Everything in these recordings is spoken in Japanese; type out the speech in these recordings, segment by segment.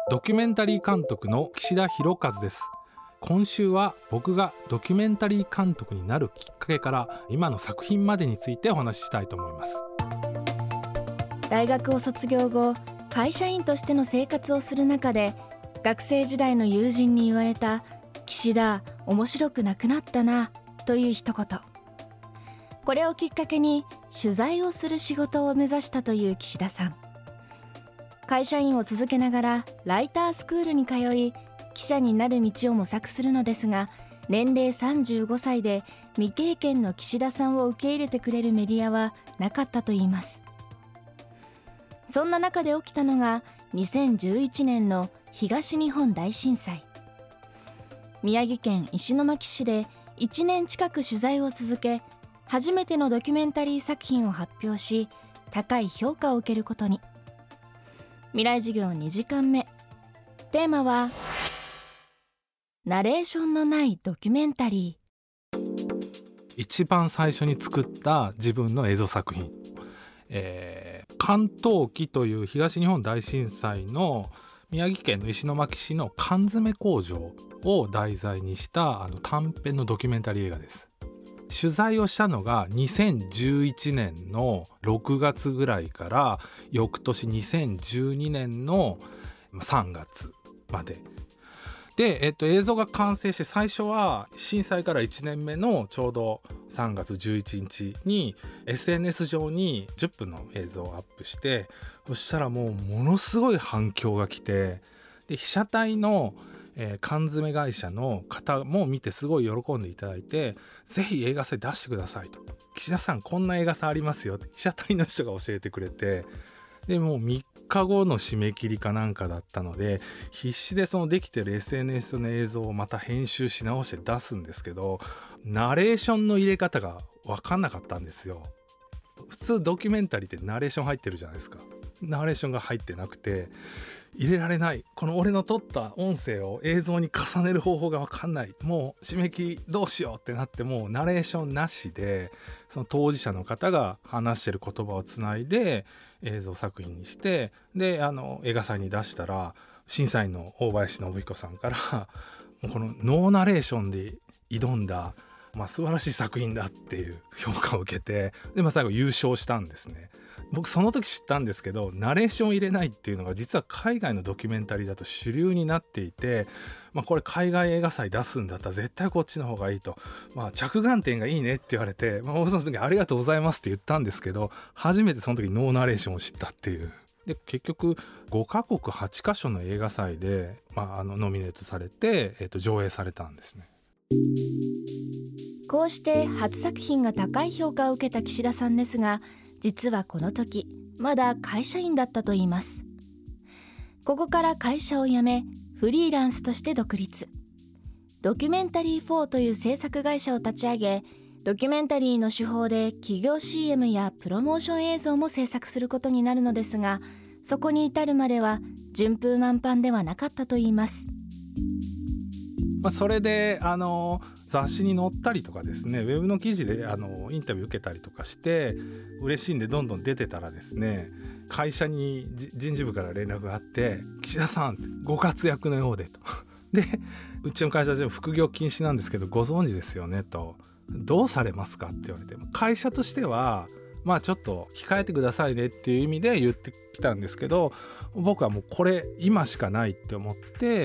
ドキュメンタリー監督の岸田博和です。今週は僕がドキュメンタリー監督になるきっかけから今の作品までについてお話ししたいと思います。 大学を卒業後、会社員としての生活をする中で、学生時代の友人に言われた岸田面白くなくなったなという一言。これをきっかけに取材をする仕事を目指したという岸田さん。会社員を続けながらライタースクールに通い、記者になる道を模索するのですが、年齢35歳で未経験の岸田さんを受け入れてくれるメディアはなかったといいます。そんな中で起きたのが2011年の東日本大震災。宮城県石巻市で1年近く取材を続け、初めてのドキュメンタリー作品を発表し、高い評価を受けることに。未来授業2時間目。テーマはナレーションのないドキュメンタリー。一番最初に作った自分の映像作品、関東期という東日本大震災の宮城県の石巻市の缶詰工場を題材にした短編のドキュメンタリー映画です。取材をしたのが2011年の6月ぐらいから翌年2012年の3月までで、映像が完成して、最初は震災から1年目のちょうど3月11日に SNS 上に10分の映像をアップして、そしたらもうものすごい反響が来て、で被写体の缶詰会社の方も見てすごい喜んでいただいて、ぜひ映画祭出してくださいと、岸田さんこんな映画祭ありますよって被写体の人が教えてくれて、でもう3日後の締め切りかなんかだったので、必死でそのできてる SNS の映像をまた編集し直して出すんですけど、ナレーションの入れ方が分かんなかったんですよ。普通ドキュメンタリーってナレーション入ってるじゃないですか。ナレーションが入ってなくて入れられない。この俺の撮った音声を映像に重ねる方法が分かんない。もう締め切りどうしようってなって、もうナレーションなしでその当事者の方が話してる言葉をつないで映像作品にして、で映画祭に出したら、審査員の大林信彦さんからもうこのノーナレーションで挑んだ素晴らしい作品だっていう評価を受けて、で最後優勝したんですね。僕その時知ったんですけど、ナレーションを入れないっていうのが実は海外のドキュメンタリーだと主流になっていて、これ海外映画祭出すんだったら絶対こっちの方がいいと、着眼点がいいねって言われて、僕その時ありがとうございますって言ったんですけど、初めてその時ノーナレーションを知ったっていう。で結局5カ国8カ所の映画祭で、ノミネートされて、上映されたんですね。 こうして初作品が高い評価を受けた岸田さんですが、実はこの時まだ会社員だったといいます。ここから会社を辞め、フリーランスとして独立。ドキュメンタリー4という制作会社を立ち上げ、ドキュメンタリーの手法で企業 CM やプロモーション映像も制作することになるのですが、そこに至るまでは順風満帆ではなかったといいます。 それで雑誌に載ったりとかですね、ウェブの記事でインタビュー受けたりとかして嬉しいんでどんどん出てたらですね、会社に人事部から連絡があって、岸田さんご活躍のようでとでうちの会社で副業禁止なんですけどご存知ですよねと、どうされますかって言われて、会社としてはちょっと控えてくださいねっていう意味で言ってきたんですけど、僕はもうこれ今しかないって思って、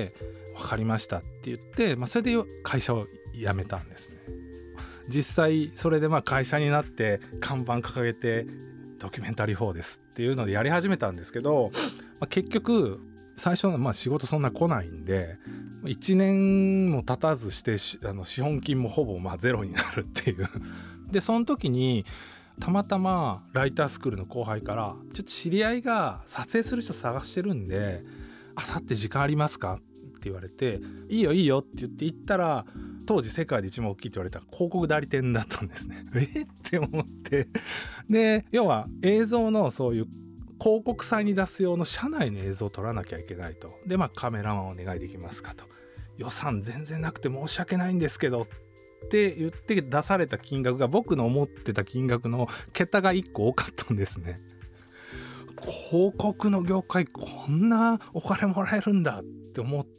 分かりましたって言って、それで会社を辞めたんですね。実際それで会社になって看板掲げてドキュメンタリー4ですっていうのでやり始めたんですけど、結局最初の仕事そんな来ないんで、1年も経たずして資本金もほぼゼロになるっていうで、その時にたまたまライタースクールの後輩から、ちょっと知り合いが撮影する人探してるんであさって時間ありますかって言われて、いいよいいよって言って行ったら、当時世界で一番大きいって言われた広告代理店だったんですね。って思って、で要は映像のそういう広告祭に出す用の社内の映像を撮らなきゃいけないと。でカメラマンお願いできますかと、予算全然なくて申し訳ないんですけどって言って出された金額が僕の思ってた金額の桁が1個多かったんですね。 広告の業界こんなお金もらえるんだって思って、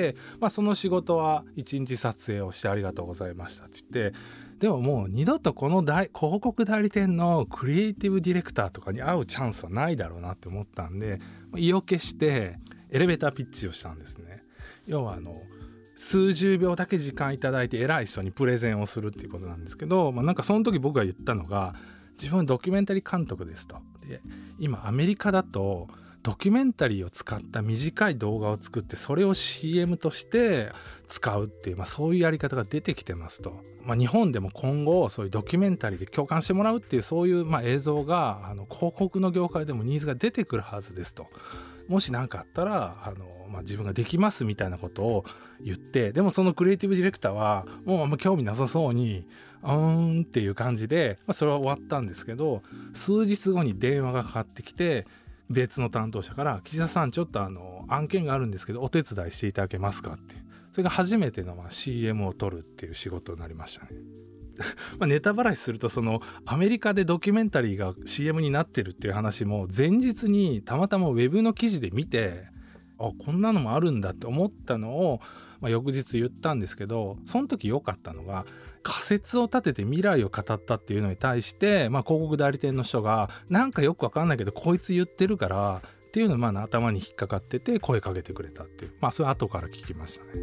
その仕事は1日撮影をしてありがとうございましたって言って、でももう二度とこの広告代理店のクリエイティブディレクターとかに会うチャンスはないだろうなって思ったんで、意を決してエレベーターピッチをしたんですね。要は数十秒だけ時間いただいて偉い人にプレゼンをするっていうことなんですけど、なんかその時僕が言ったのが、自分ドキュメンタリー監督ですと。で、今アメリカだとドキュメンタリーを使った短い動画を作ってそれを CM として使うっていう、そういうやり方が出てきてますと。日本でも今後そういうドキュメンタリーで共感してもらうっていうそういう、映像が広告の業界でもニーズが出てくるはずですと。もし何かあったら自分ができますみたいなことを言って、でもそのクリエイティブディレクターはもうあんま興味なさそうにっていう感じで、それは終わったんですけど、数日後に電話がかかってきて、別の担当者から岸田さんちょっと案件があるんですけどお手伝いしていただけますかって。それが初めてのCM を撮るっていう仕事になりましたね。ネタばらしすると、そのアメリカでドキュメンタリーが CM になってるっていう話も前日にたまたまウェブの記事で見て、こんなのもあるんだって思ったのを、翌日言ったんですけど、その時良かったのが仮説を立てて未来を語ったっていうのに対して、広告代理店の人がなんかよく分かんないけどこいつ言ってるからっていうのを頭に引っかかってて声かけてくれたっていう、それ後から聞きましたね。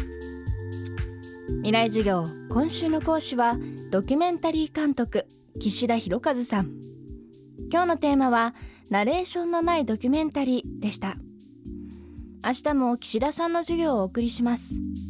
未来授業、今週の講師はドキュメンタリー監督岸田博和さん。今日のテーマはナレーションのないドキュメンタリーでした。明日も岸田さんの授業をお送りします。